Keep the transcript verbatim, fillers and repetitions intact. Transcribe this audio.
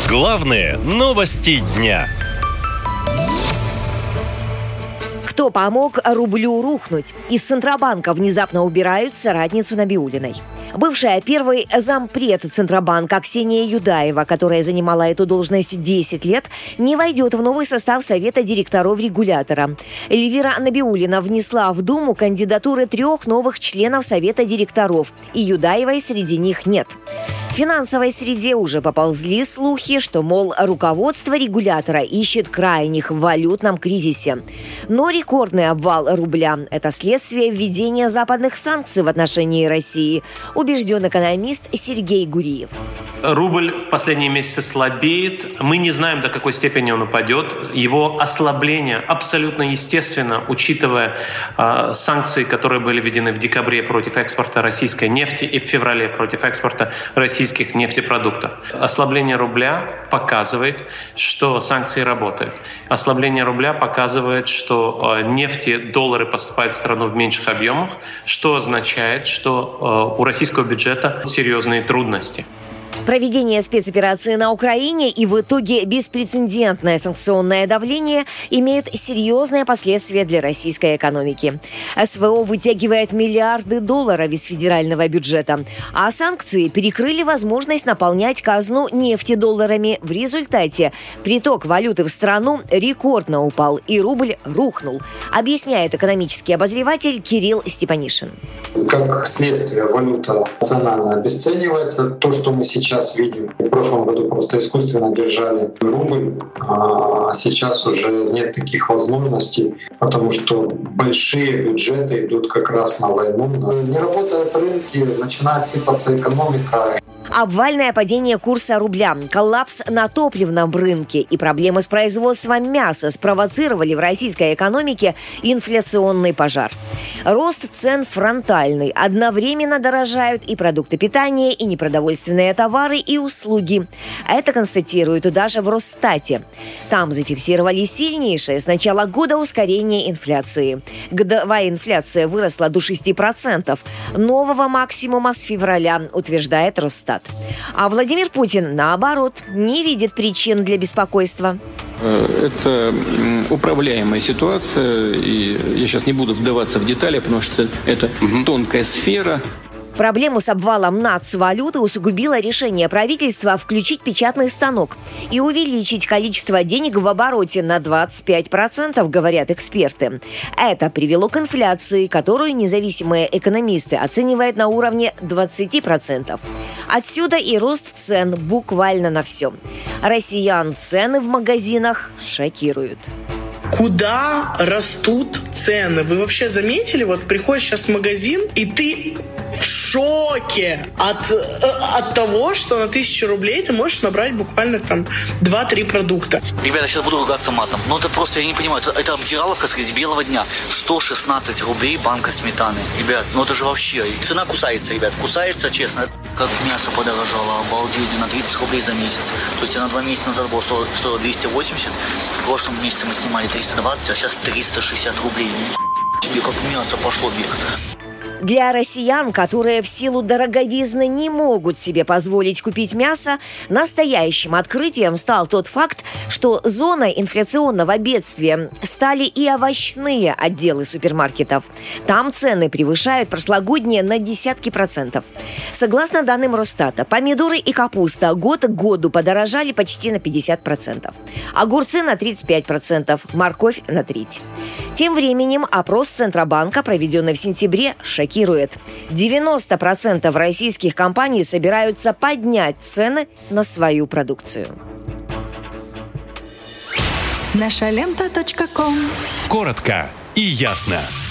Главные новости дня. Кто помог рублю рухнуть? Из Центробанка внезапно убирают соратницу Набиуллиной. Бывшая первый зампред Центробанка Ксения Юдаева, которая занимала эту должность десять лет, не войдет в новый состав Совета директоров регулятора. Эльвира Набиуллина внесла в Думу кандидатуры трех новых членов Совета директоров, и Юдаевой среди них нет. В финансовой среде уже поползли слухи, что, мол, руководство регулятора ищет крайних в валютном кризисе. Но рекордный обвал рубля – это следствие введения западных санкций в отношении России, убежден экономист Сергей Гуриев. Рубль в последние месяцы слабеет. Мы не знаем, до какой степени он упадет. Его ослабление абсолютно естественно, учитывая э, санкции, которые были введены в декабре против экспорта российской нефти и в феврале против экспорта российских нефтепродуктов. Ослабление рубля показывает, что санкции работают. Ослабление рубля показывает, что э, нефти, доллары поступают в страну в меньших объемах, что означает, что э, у российского бюджета серьезные трудности. Проведение спецоперации на Украине и в итоге беспрецедентное санкционное давление имеет серьезные последствия для российской экономики. СВО вытягивает миллиарды долларов из федерального бюджета, а санкции перекрыли возможность наполнять казну нефтедолларами. В результате приток валюты в страну рекордно упал, и рубль рухнул, объясняет экономический обозреватель Кирилл Степанишин. Как следствие, валюта национально обесценивается. То, что мы сейчас видим, в прошлом году просто искусственно держали рубль, а сейчас уже нет таких возможностей, потому что большие бюджеты идут как раз на войну. Не работают рынки, начинает сыпаться экономика. Обвальное падение курса рубля, коллапс на топливном рынке и проблемы с производством мяса спровоцировали в российской экономике инфляционный пожар. Рост цен фронтальный. Одновременно дорожают и продукты питания, и непродовольственные товары, и услуги. Это констатируют даже в Росстате. Там зафиксировали сильнейшее с начала года ускорение инфляции. Годовая инфляция выросла до шести процентов. Нового максимума с февраля, утверждает Росстат. А Владимир Путин, наоборот, не видит причин для беспокойства. Это управляемая ситуация, и я сейчас не буду вдаваться в детали, потому что это тонкая сфера. Проблему с обвалом нацвалюты усугубило решение правительства включить печатный станок и увеличить количество денег в обороте на двадцать пять процентов, говорят эксперты. Это привело к инфляции, которую независимые экономисты оценивают на уровне двадцать процентов. Отсюда и рост цен буквально на все. Россиян цены в магазинах шокируют. Куда растут цены? Вы вообще заметили? Вот приходишь сейчас в магазин, и ты в шоке от, от того, что на тысячу рублей ты можешь набрать буквально там два-три продукта. Ребята, сейчас буду ругаться матом. Но это просто, я не понимаю, это, это обдираловка среди белого дня. сто шестнадцать рублей банка сметаны. Ребят, ну это же вообще... Цена кусается, ребят, кусается, честно. Как мясо подорожало, обалдеть, на тридцать рублей за месяц. То есть на два месяца назад было стоило двести восемьдесят. В прошлом месяце мы снимали триста двадцать, а сейчас триста шестьдесят рублей. Тебе как мясо пошло бег. Для россиян, которые в силу дороговизны не могут себе позволить купить мясо, настоящим открытием стал тот факт, что зоной инфляционного бедствия стали и овощные отделы супермаркетов. Там цены превышают прошлогодние на десятки процентов. Согласно данным Росстата, помидоры и капуста год к году подорожали почти на пятьдесят процентов. Огурцы на тридцать пять процентов, морковь на треть. Тем временем опрос Центробанка, проведенный в сентябре, шокирует. девяносто процентов российских компаний собираются поднять цены на свою продукцию. наша лента точка ком. Коротко и ясно.